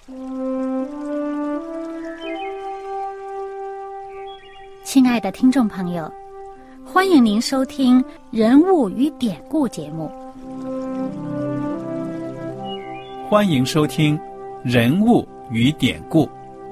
亲爱的听众朋友，欢迎您收听《人物与典故》节目。 欢迎收听《人物与典故》。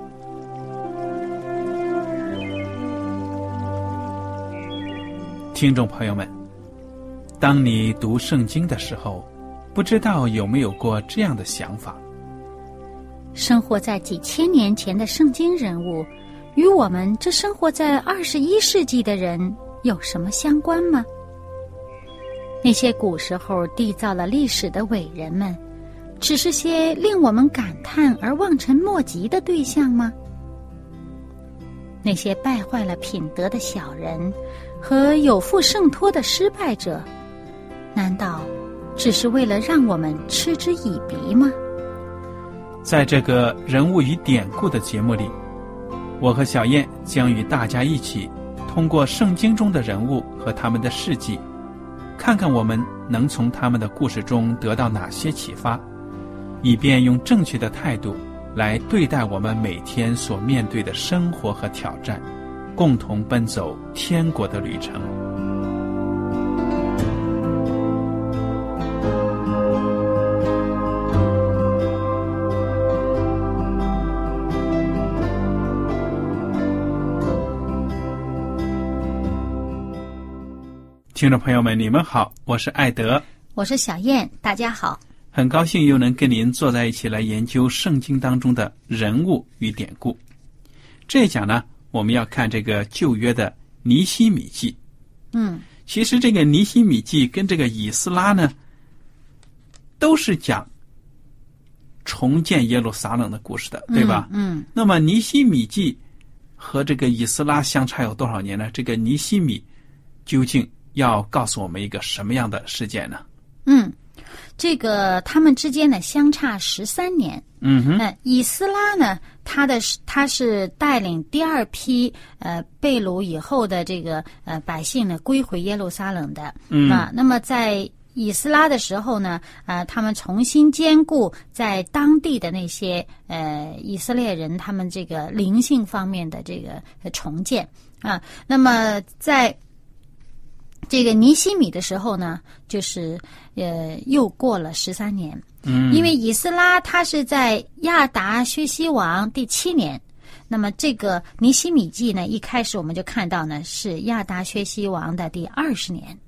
听众朋友们，当你读圣经的时候，不知道有没有过这样的想法？ 生活在几千年前的圣经人物，与我们这生活在21世纪的人有什么相关吗？那些古时候缔造了历史的伟人们，只是些令我们感叹而望尘莫及的对象吗？那些败坏了品德的小人和有负圣托的失败者，难道只是为了让我们嗤之以鼻吗？ 在这个人物与典故的节目里，我和小燕将与大家一起通过圣经中的人物和他们的事迹，看看我们能从他们的故事中得到哪些启发，以便用正确的态度来对待我们每天所面对的生活和挑战，共同奔走天国的旅程。听众朋友们，你们好，我是艾德， 我是小燕，大家好。 很高兴又能跟您坐在一起来研究圣经当中的人物与典故。这一讲呢，我们要看这个旧约的尼希米记。其实这个尼希米记跟这个以斯拉呢，都是讲重建耶路撒冷的故事的，对吧？那么尼希米记和这个以斯拉相差有多少年呢？这个尼希米究竟要告诉我们一个什么样的事件呢？ 这个他们之间呢相差13年。以斯拉呢，他是带领第二批被掳以后的这个百姓呢归回耶路撒冷的。那么在以斯拉的时候呢，他们重新兼顾在当地的那些以色列人他们这个灵性方面的这个重建啊。那么在这个尼希米的时候呢，就是又过了13年。因为以斯拉他是在亚达薛西王第7年，那么这个尼希米记呢，一开始我们就看到呢是亚达薛西王的第20年。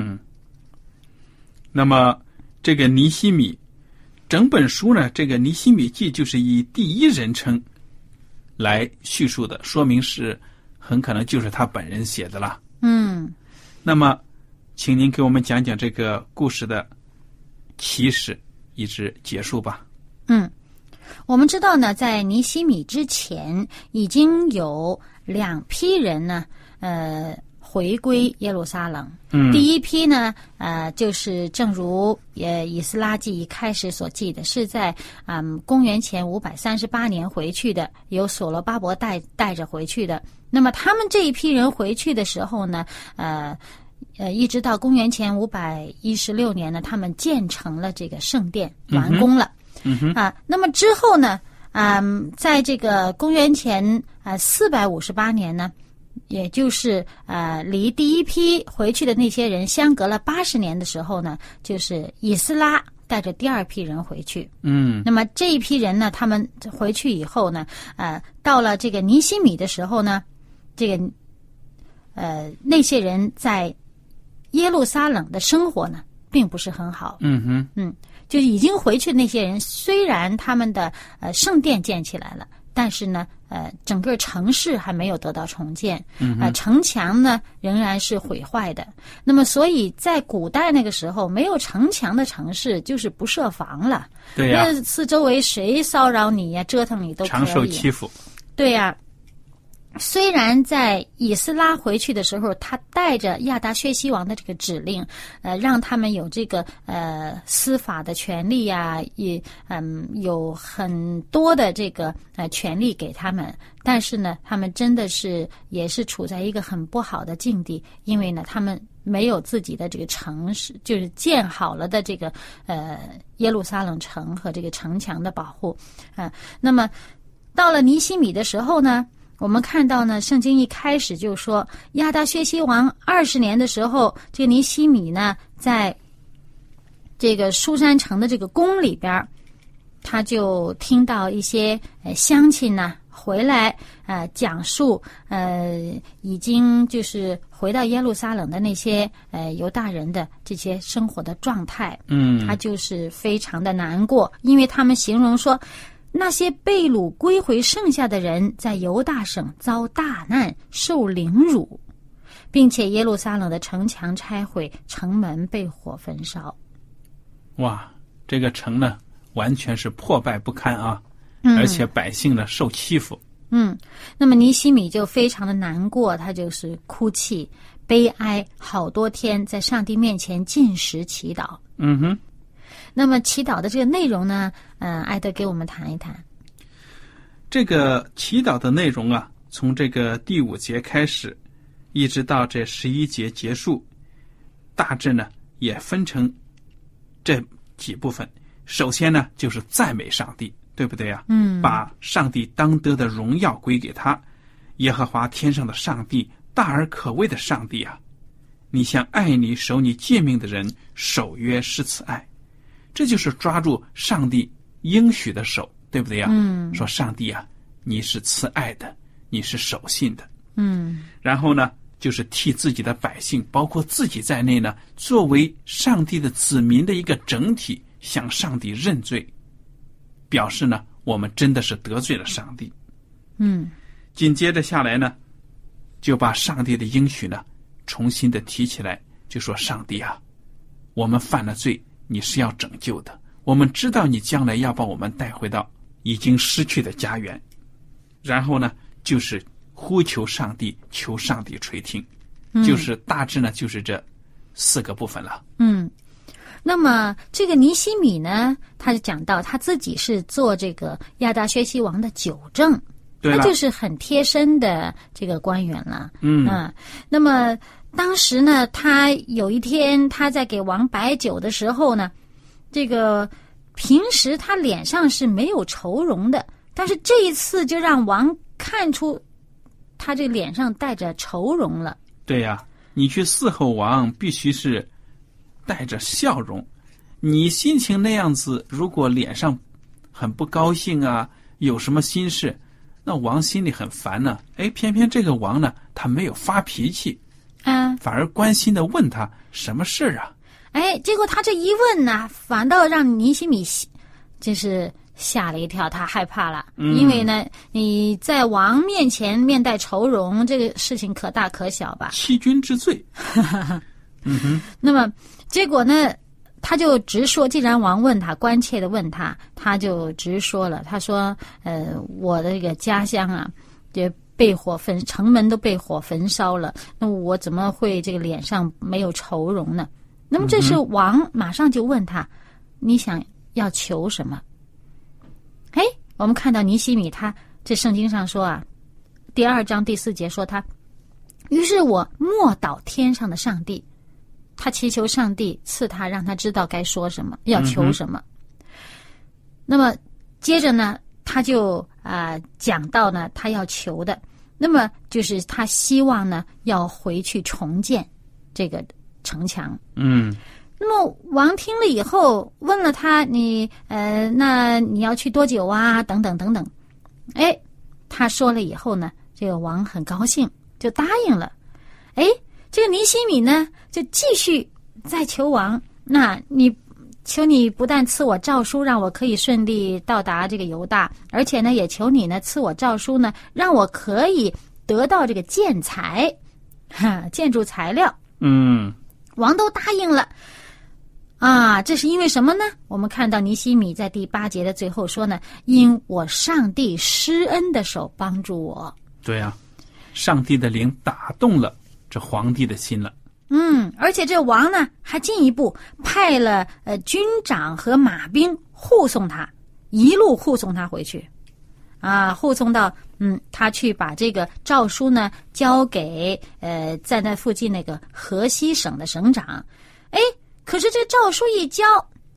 那么这个尼希米整本书呢，这个尼希米记就是以第一人称来叙述的，说明是很可能就是他本人写的了。那么请您给我们讲讲这个故事的起始一直结束吧。 我们知道呢，在尼希米之前已经有2批人呢回归耶路撒冷。第一批呢就是正如以斯拉记一开始所记的，是在公元前538年回去的，由所罗巴伯带着回去的。那么他们这一批人回去的时候呢，一直到公元前516年呢，他们建成了这个圣殿，完工了。那么之后呢，在这个公元前458年呢，也就是离第一批回去的那些人相隔了80年的时候呢，就是以斯拉带着第二批人回去。那么这一批人呢，他们回去以后呢，到了这个尼希米的时候呢，这个那些人在耶路撒冷的生活呢，并不是很好。就已经回去的那些人，虽然他们的圣殿建起来了，但是呢，整个城市还没有得到重建，城墙呢仍然是毁坏的。那么，所以在古代那个时候，没有城墙的城市就是不设防了。 对呀， 那四周围谁骚扰你呀、折腾你都可以， 常受欺负。 对呀。虽然在以斯拉回去的时候，他带着亚达薛西王的这个指令，让他们有这个司法的权利呀，也有很多的这个权利给他们，但是呢，他们真的是也是处在一个很不好的境地，因为呢，他们没有自己的这个城市，就是建好了的这个耶路撒冷城和这个城墙的保护那么到了尼希米的时候呢，我们看到呢，圣经一开始就说亚达薛西王20年的时候，这个尼希米呢，在这个书珊城的这个宫里边，他就听到一些乡亲呢回来讲述已经就是回到耶路撒冷的那些犹大人的这些生活的状态。他就是非常的难过，因为他们形容说那些被掳归回剩下的人在犹大省遭大难，受凌辱，并且耶路撒冷的城墙拆毁，城门被火焚烧。 哇，这个城呢完全是破败不堪啊，而且百姓呢受欺负。 那么尼希米就非常的难过，他就是哭泣悲哀好多天，在上帝面前禁食祈祷。那么祈祷的这个内容呢，艾德给我们谈一谈。 这个祈祷的内容啊，从这个第5节开始，一直到这11节结束，大致呢也分成这几部分。首先呢，就是赞美上帝，对不对啊？把上帝当得的荣耀归给他，耶和华天上的上帝，大而可畏的上帝啊！你向爱你守你诫命的人守约施慈爱，这就是抓住上帝应许的手，对不对啊？说上帝啊，你是慈爱的，你是守信的。然后呢，就是替自己的百姓，包括自己在内呢，作为上帝的子民的一个整体，向上帝认罪，表示呢我们真的是得罪了上帝。紧接着下来呢，就把上帝的应许呢重新的提起来，就说上帝啊，我们犯了罪，你是要拯救的，我们知道你将来要把我们带回到已经失去的家园。然后呢，就是呼求上帝，求上帝垂听，就是大致呢就是这4个部分了。 那么这个尼希米呢，他就讲到他自己是做这个亚达薛西王的纠正，他就是很贴身的这个官员了。那么当时呢，他有一天他在给王摆酒的时候呢，这个平时他脸上是没有愁容的，但是这一次就让王看出他这脸上带着愁容了。 对呀，你去伺候王必须是带着笑容，你心情那样子，如果脸上很不高兴啊，有什么心事，那王心里很烦呢。偏偏这个王呢，他没有发脾气，反而关心的问他什么事啊？ 结果他这一问呢，反倒让尼希米就是吓了一跳，他害怕了。因为呢，你在王面前面带愁容，这个事情可大可小吧？ 欺君之罪。 那么结果呢，他就直说，既然王问他，关切的问他，他就直说了。他说我的这个家乡啊，也被火焚，城门都被火焚烧了，那我怎么会这个脸上没有愁容呢？那么这时王马上就问他，你想要求什么？我们看到尼希米，他这圣经上说啊，第2章第4节说他，于是我默祷天上的上帝，他祈求上帝赐他，让他知道该说什么，要求什么。那么接着呢，他就讲到呢他要求的，那么就是他希望呢要回去重建这个城墙。那么王听了以后问了他，那你要去多久啊？等等等等。他说了以后呢，这个王很高兴，就答应了。这个尼希米呢就继续再求王，那求你不但赐我诏书，让我可以顺利到达这个犹大，而且呢也求你呢赐我诏书呢，让我可以得到这个建材，建筑材料。王都答应了。这是因为什么呢？我们看到尼希米在第8节的最后说呢，因我上帝施恩的手帮助我。对啊， 上帝的灵打动了这皇帝的心了。 而且这王呢还进一步派了军长和马兵护送他，一路护送他回去，护送到他去把这个诏书呢交给在那附近那个河西省的省长。可是这诏书一交，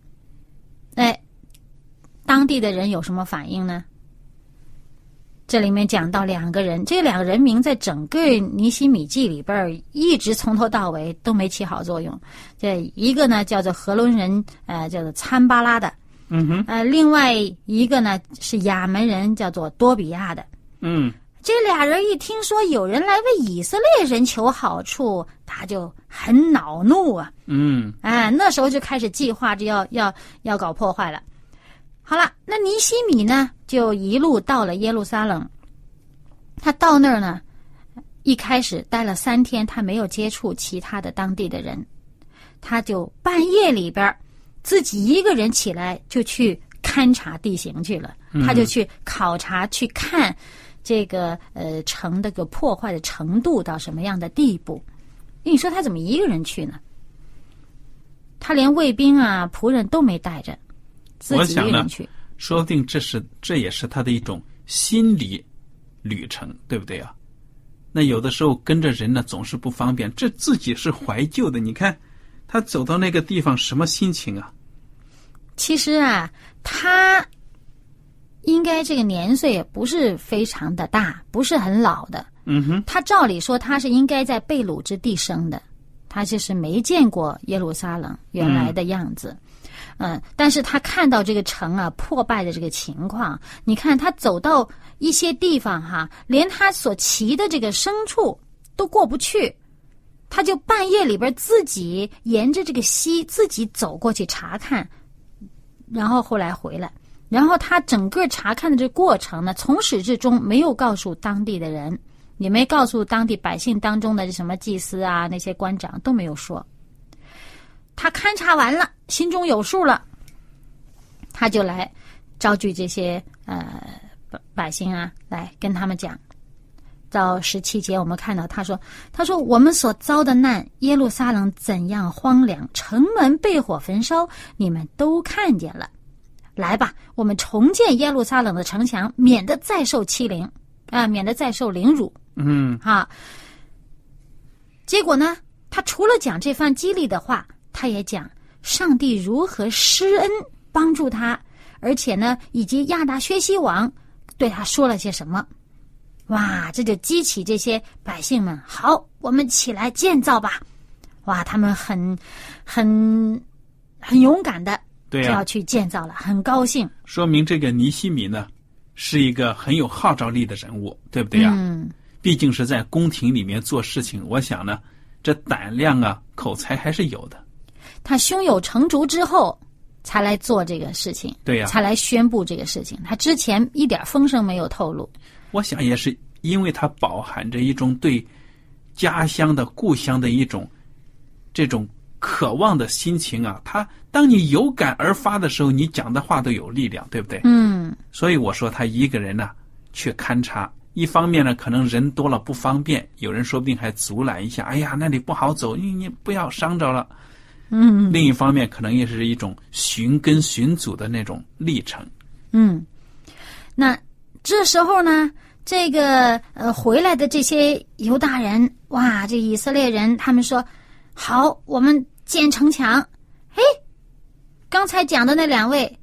当地的人有什么反应呢？这里面讲到两个人，这两个人名在整个尼希米记里边一直从头到尾都没起好作用。这一个呢叫做何伦人，叫做参巴拉的，另外一个呢是亚门人，叫做多比亚的。这俩人一听说有人来为以色列人求好处，他就很恼怒啊。那时候就开始计划着要搞破坏了。好了，那尼希米呢就一路到了耶路撒冷。他到那儿呢，一开始待了3天，他没有接触其他的当地的人，他就半夜里边自己一个人起来就去勘察地形去了。他就去考察，去看这个城的个破坏的程度到什么样的地步。你说他怎么一个人去呢？他连卫兵啊仆人都没带着，自己一个人去。 说不定这也是他的一种心理旅程，对不对啊？那有的时候跟着人呢总是不方便，这自己是怀旧的。你看他走到那个地方什么心情啊？ 其实啊，他应该这个年岁也不是非常的大，不是很老的。他照理说他是应该在被掳之地生的，他就是没见过耶路撒冷原来的样子。但是他看到这个城啊破败的这个情况，你看他走到一些地方哈，连他所骑的这个牲畜都过不去，他就半夜里边自己沿着这个溪自己走过去查看，然后后来回来。然后他整个查看的这个过程呢，从始至终没有告诉当地的人，也没告诉当地百姓当中的什么祭司啊，那些官长都没有说。他勘察完了，心中有数了，他就来召集这些百姓啊，来跟他们讲。到17节我们看到他说我们所遭的难，耶路撒冷怎样荒凉，城门被火焚烧，你们都看见了。来吧，我们重建耶路撒冷的城墙，免得再受欺凌免得再受凌辱。结果呢，他除了讲这番激励的话，他也讲上帝如何施恩帮助他，而且呢，以及亚达薛西王对他说了些什么。哇，这就激起这些百姓们，好，我们起来建造吧。哇，他们很勇敢的就要去建造了，很高兴。 说明这个尼希米呢是一个很有号召力的人物，对不对呀？毕竟是在宫廷里面做事情，我想呢这胆量啊口才还是有的。 他胸有成竹之后才来做这个事情， 对呀， 才来宣布这个事情，他之前一点风声没有透露。 我想也是因为他饱含着一种对家乡的故乡的一种这种渴望的心情啊，他当你有感而发的时候，你讲的话都有力量，对不对？所以我说他一个人呢去勘察，一方面呢可能人多了不方便，有人说不定还阻拦一下，哎呀那里不好走，你不要伤着了。另一方面可能也是一种寻根寻祖的那种历程。 那这时候呢，这个回来的这些犹大人，哇，这以色列人他们说好，我们建城墙。刚才讲的那2位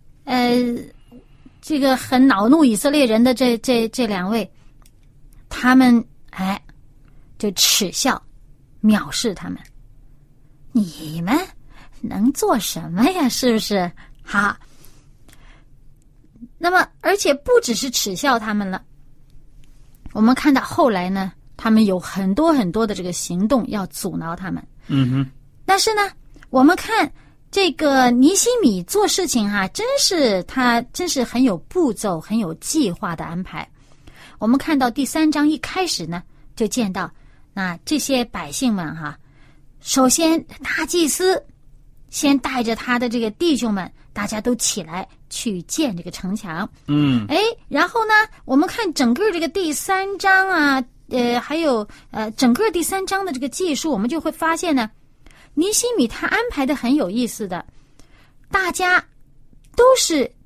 这个很恼怒以色列人的这2位，他们就耻笑藐视他们，你们能做什么呀？是不是？好，那么而且不只是耻笑他们了，我们看到后来呢，他们有很多很多的这个行动要阻挠他们。但是呢，我们看这个尼希米做事情他真是很有步骤，很有计划的安排。我们看到第3章一开始呢，就见到那这些百姓们首先大祭司先带着他的这个弟兄们，大家都起来去建这个城墙。然后呢，我们看整个这个第3章啊，还有整个第3章的这个记述，我们就会发现呢，尼希米他安排的很有意思的，大家都是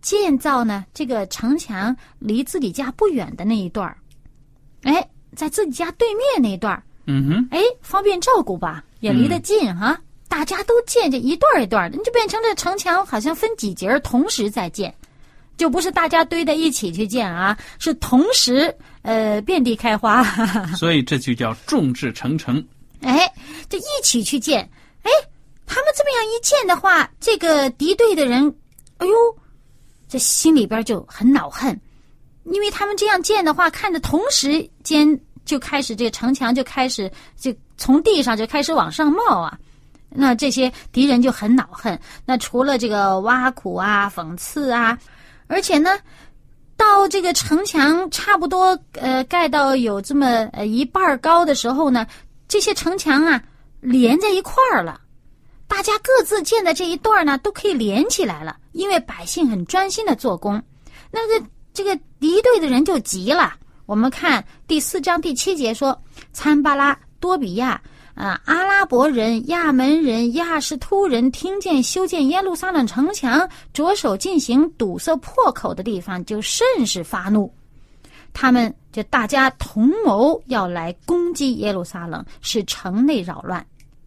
建造呢这个城墙离自己家不远的那一段，哎，在自己家对面那一段，哎，方便照顾吧，也离得近哈。大家都建这一段一段的，你就变成这城墙好像分几节同时在建，就不是大家堆在一起去建啊，是同时遍地开花。 所以这就叫众志成城。 哎，这一起去建，哎，他们这么样一建的话，这个敌对的人，哎呦，这心里边就很恼恨，因为他们这样建的话，看着同时间就开始这个城墙就开始就从地上就开始往上冒啊。那这些敌人就很恼恨，那除了这个挖苦啊、讽刺啊，而且呢，到这个城墙差不多盖到有这么一半高的时候呢，这些城墙啊连在一块儿了，大家各自建的这一段呢都可以连起来了，因为百姓很专心的做工。那这个敌对的人就急了。我们看第4章第7节说，参巴拉、多比亚阿拉伯人、亚门人、亚实突人听见修建耶路撒冷城墙着手进行堵塞破口的地方，就甚是发怒。他们就大家同谋要来攻击耶路撒冷，使城内扰乱。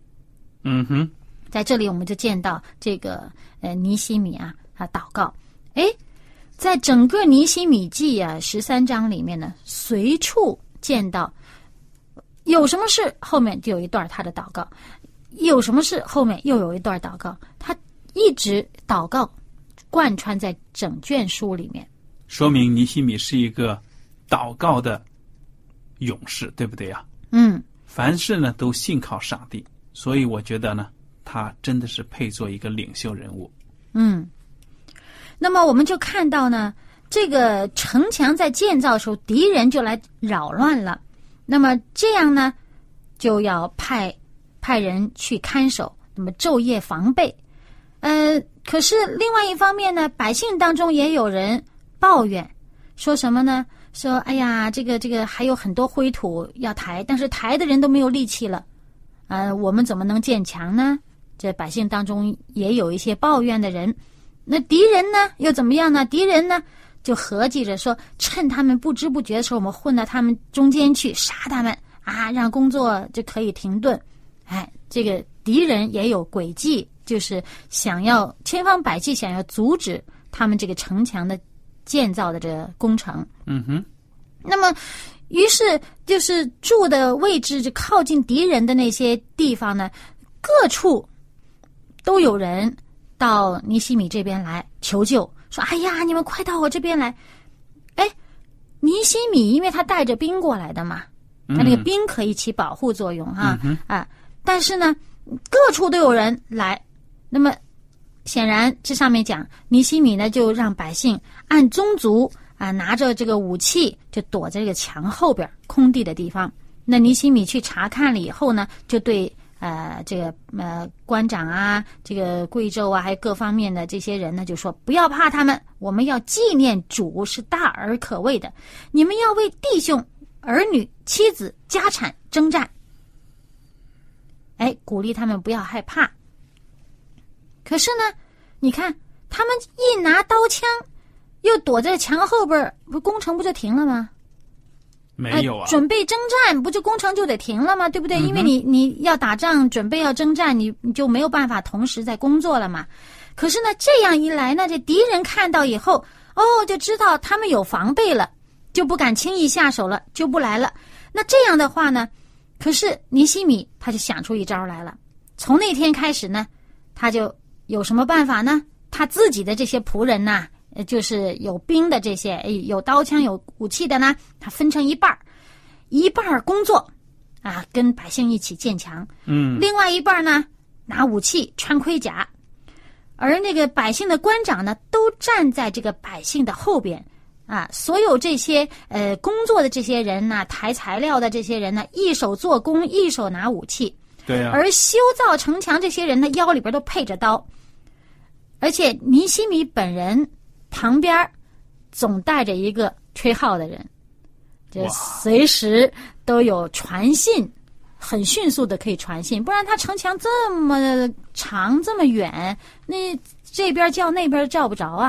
在这里我们就见到这个尼希米祷告。哎，在整个尼希米记13章里面呢，随处见到有什么事后面就有一段他的祷告，有什么事后面又有一段祷告，他一直祷告贯穿在整卷书里面， 说明尼希米是一个祷告的勇士，对不对呀？凡事呢都信靠上帝，所以我觉得呢他真的是配做一个领袖人物。 那么我们就看到呢，这个城墙在建造的时候，敌人就来扰乱了。那么这样呢，就要派人去看守，那么昼夜防备。可是另外一方面呢，百姓当中也有人抱怨，说什么呢？说哎呀，这个还有很多灰土要抬，但是抬的人都没有力气了，我们怎么能建墙呢？这百姓当中也有一些抱怨的人。那敌人呢又怎么样呢？敌人呢就合计着说，趁他们不知不觉的时候，我们混到他们中间去杀他们让工作就可以停顿。这个敌人也有诡计，就是想要千方百计想要阻止他们这个城墙的建造的这个工程。那么于是就是住的位置就靠近敌人的那些地方呢，各处都有人到尼希米这边来求救，说哎呀，你们快到我这边来。尼希米因为他带着兵过来的嘛，他那个兵可以起保护作用但是呢各处都有人来。那么显然这上面讲，尼希米呢就让百姓按宗族拿着这个武器就躲在这个墙后边空地的地方。那尼希米去查看了以后呢，就对这个官长这个贵胄还有各方面的这些人呢，就说不要怕他们，我们要纪念主是大而可畏的，你们要为弟兄、儿女、妻子、家产征战。鼓励他们不要害怕。可是呢，你看他们一拿刀枪，又躲在墙后边，工程不就停了吗？ 没有准备征战，不就工程就得停了吗？对不对？因为你要打仗，准备要征战，你就没有办法同时在工作了嘛。可是呢，这样一来呢，这敌人看到以后，就知道他们有防备了，就不敢轻易下手了，就不来了。那这样的话呢，可是尼希米他就想出一招来了。从那天开始呢，他就有什么办法呢？他自己的这些仆人呐，就是有兵的这些，有刀枪有武器的呢，他分成一半工作跟百姓一起建墙，另外一半呢拿武器穿盔甲，而那个百姓的官长呢都站在这个百姓的后边所有这些工作的这些人呢，抬材料的这些人呢，一手做工一手拿武器。 对啊。 而修造城墙这些人呢，腰里边都配着刀，而且尼希米本人旁边总带着一个吹号的人，就随时都有传信，很迅速的可以传信，不然他城墙这么长这么远，那这边叫那边叫不着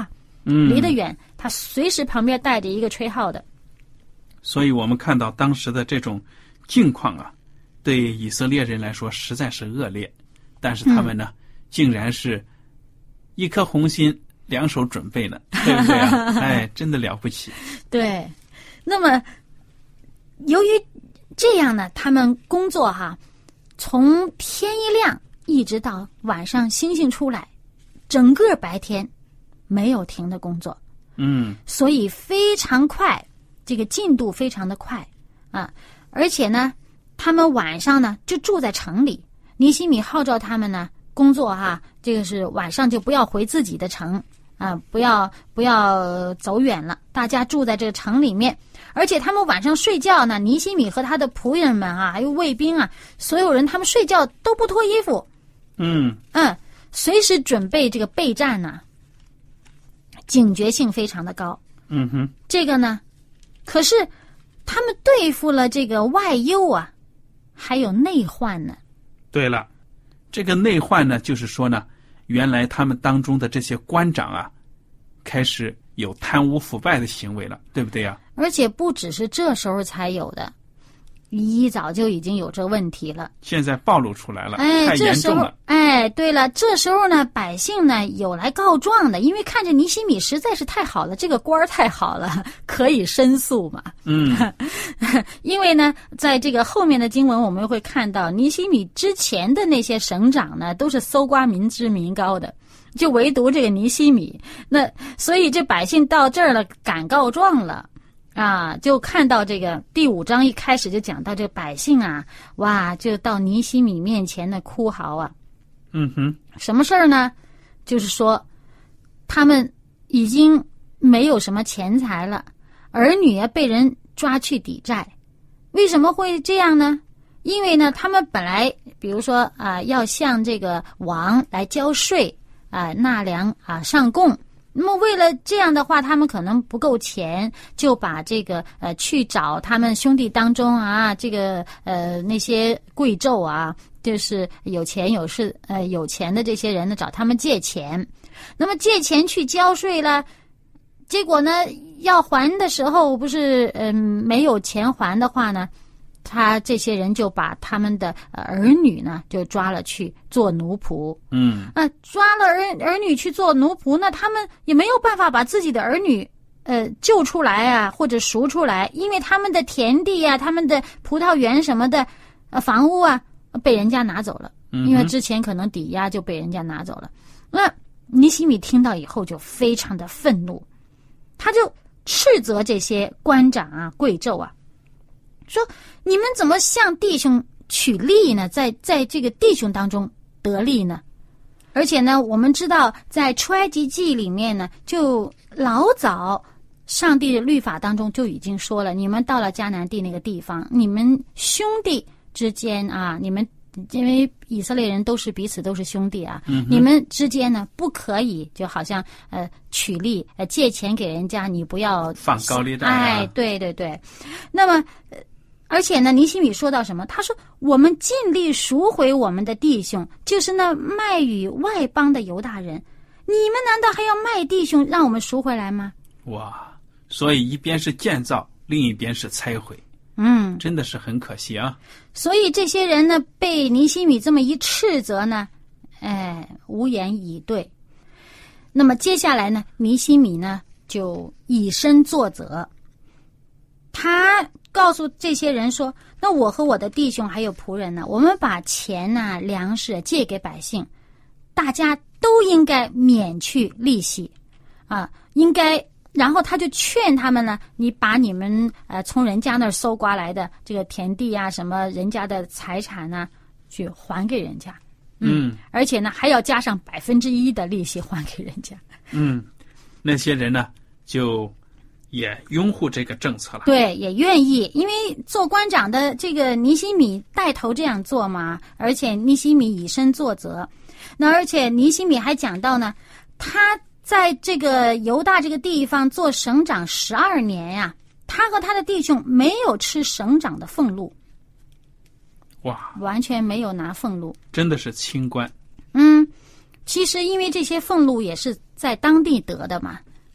离得远，他随时旁边带着一个吹号的。 所以我们看到当时的这种境况啊，对以色列人来说实在是恶劣，但是他们呢，竟然是一颗红心两手准备呢，对不对啊？哎，真的了不起。 对，那么由于这样呢，他们工作从天一亮一直到晚上星星出来，整个白天没有停的工作。所以非常快，这个进度非常的快啊！而且呢，他们晚上呢就住在城里。尼希米号召他们呢工作这个是晚上就不要回自己的城啊，不要走远了，大家住在这个城里面。而且他们晚上睡觉呢，尼希米和他的仆人们还有卫兵所有人他们睡觉都不脱衣服，随时准备这个备战呢，警觉性非常的高。这个呢，可是他们对付了这个外忧还有内患呢。 对了，这个内患呢，就是说呢，原来他们当中的这些官长开始有贪污腐败的行为了，对不对呀？ 而且不只是这时候才有的，一早就已经有这问题了， 现在暴露出来了，太严重了。 对了，这时候呢，百姓呢有来告状的，因为看着尼希米实在是太好了，这个官太好了，可以申诉嘛。因为呢，在这个后面的经文我们会看到，尼希米之前的那些省长呢，都是搜刮民脂民膏的，就唯独这个尼希米，那所以这百姓到这儿了，敢告状了。就看到这个第5章一开始就讲到这百姓就到尼希米面前的哭嚎什么事儿呢？就是说他们已经没有什么钱财了，儿女被人抓去抵债。为什么会这样呢？因为呢，他们本来比如说要向这个王来交税纳粮上贡。那么为了这样的话，他们可能不够钱，就把这个去找他们兄弟当中这个那些贵胄就是有钱有势有钱的这些人呢，找他们借钱。那么借钱去交税了，结果呢要还的时候不是没有钱还的话呢，他这些人就把他们的儿女呢就抓了去做奴仆。抓了儿女去做奴仆，那他们也没有办法把自己的儿女救出来或者赎出来，因为他们的田地他们的葡萄园什么的房屋被人家拿走了，因为之前可能抵押就被人家拿走了。那尼希米听到以后就非常的愤怒，他就斥责这些官长贵胄说你们怎么向弟兄取利呢？在这个弟兄当中得利呢？而且呢，我们知道在出埃及记里面呢，就老早上帝的律法当中就已经说了，你们到了迦南地那个地方，你们兄弟之间你们因为以色列人都是彼此都是兄弟你们之间呢不可以就好像取利借钱给人家，你不要放高利贷对对对。那么而且呢，尼希米说到什么？他说我们尽力赎回我们的弟兄，就是那卖与外邦的犹大人，你们难道还要卖弟兄让我们赎回来吗？ 哇，所以一边是建造，另一边是拆毁，真的是很可惜所以这些人呢，被尼希米这么一斥责呢，无言以对。那么接下来呢，尼希米呢就以身作则，他告诉这些人说，那我和我的弟兄还有仆人呢，我们把钱粮食借给百姓，大家都应该免去利息应该。然后他就劝他们呢，你把你们从人家那儿搜刮来的这个田地什么人家的财产去还给人家，而且呢还要加上1%的利息还给人家。 那些人呢就也拥护这个政策了， 对，也愿意，因为做官长的这个尼希米带头这样做嘛，而且尼希米以身作则。那而且尼希米还讲到呢，他在这个犹大这个地方做省长12年他和他的弟兄没有吃省长的俸禄。 哇， 完全没有拿俸禄， 真的是清官。 其实因为这些俸禄也是在当地得的嘛，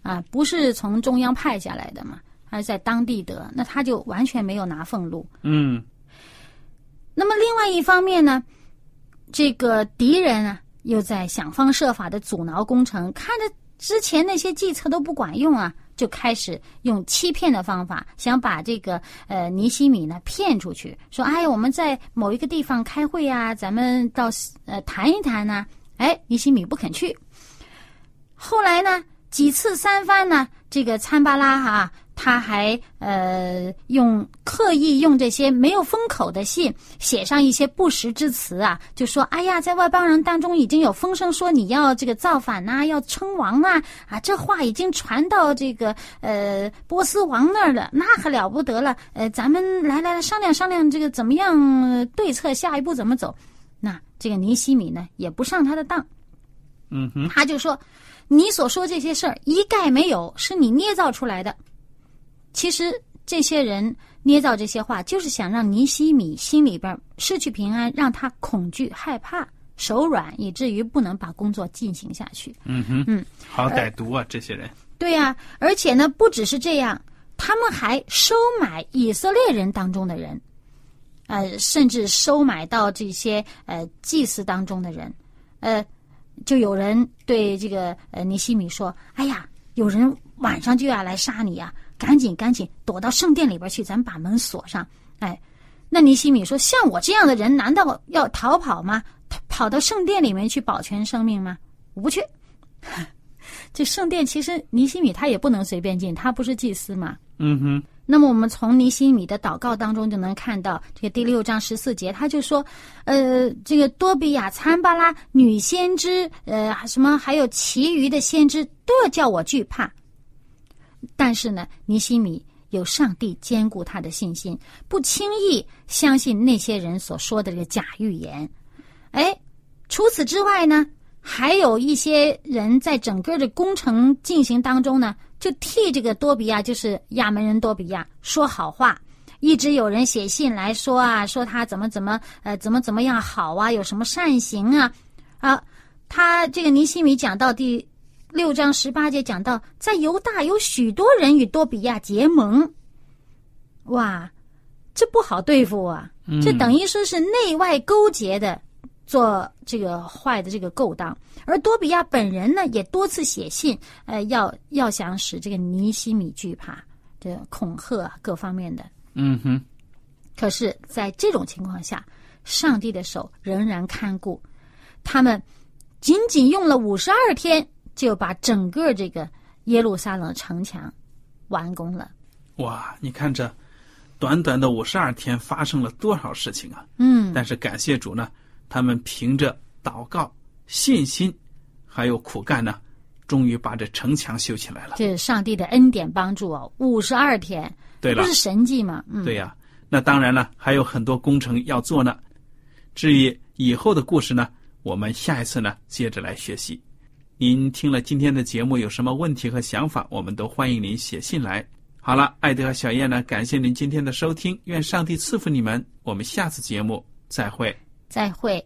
啊，不是从中央派下来的嘛，而是在当地得，那他就完全没有拿俸禄。那么另外一方面呢，这个敌人啊又在想方设法的阻挠工程，看着之前那些计策都不管用啊，就开始用欺骗的方法，想把这个尼希米呢骗出去，说哎，我们在某一个地方开会啊，咱们到谈一谈呢。哎，尼希米不肯去。后来呢，几次三番呢，这个参巴拉他还刻意用这些没有封口的信写上一些不实之词啊，就说哎呀，在外邦人当中已经有风声说你要这个造反呐，要称王啊，这话已经传到这个波斯王那儿了，那可了不得了。咱们来商量商量这个怎么样对策，下一步怎么走。那这个尼希米呢也不上他的当，他就说你所说这些事儿一概没有，是你捏造出来的。其实这些人捏造这些话，就是想让尼希米心里边失去平安，让他恐惧害怕手软，以至于不能把工作进行下去。 好歹毒啊，这些人。 对啊，而且呢不只是这样，他们还收买以色列人当中的人，甚至收买到这些祭司当中的人。就有人对这个尼希米说，哎呀，有人晚上就要来杀你啊，赶紧躲到圣殿里边去，咱们把门锁上。那尼希米说，像我这样的人难道要逃跑吗？跑到圣殿里面去保全生命吗？我不去。这圣殿其实尼希米他也不能随便进，他不是祭司嘛。那么我们从尼希米的祷告当中就能看到，这个第6章14节，他就说，这个多比亚、参巴拉、女先知，什么还有其余的先知都要叫我惧怕。但是呢，尼希米有上帝坚固他的信心，不轻易相信那些人所说的这个假预言。除此之外呢，还有一些人在整个的工程进行当中呢，就替这个多比亚，就是亚门人多比亚说好话，一直有人写信来说啊，说他怎么样好啊，有什么善行啊。他这个尼希米讲到第6章18节讲到，在犹大有许多人与多比亚结盟。哇，这不好对付啊，这等于说是内外勾结的做这个坏的这个勾当。而多比亚本人呢也多次写信要想使这个尼希米惧怕，这个恐吓啊各方面的。可是在这种情况下，上帝的手仍然看顾，他们仅仅用了52天就把整个这个耶路撒冷城墙完工了。 哇，你看这短短的52天发生了多少事情啊。但是感谢主呢，他们凭着祷告、信心还有苦干呢，终于把这城墙修起来了。 这是上帝的恩典帮助哦，52天， 对了， 不是神迹吗？ 对呀，那当然了，还有很多工程要做呢。至于以后的故事呢，我们下一次呢接着来学习。您听了今天的节目有什么问题和想法，我们都欢迎您写信来。好了，艾德和小燕呢，感谢您今天的收听，愿上帝赐福你们，我们下次节目再会。 再会。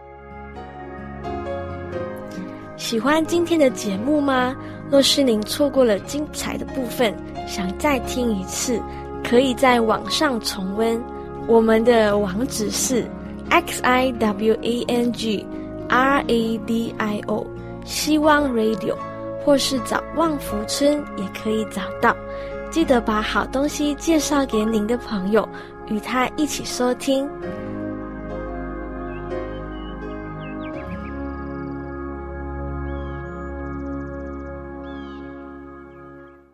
喜欢今天的节目吗？若是您错过了精彩的部分，想再听一次，可以在网上重温。我们的网址是 xiwangradio 希望 Radio， 或是找旺福村也可以找到。记得把好东西介绍给您的朋友，与他一起收听。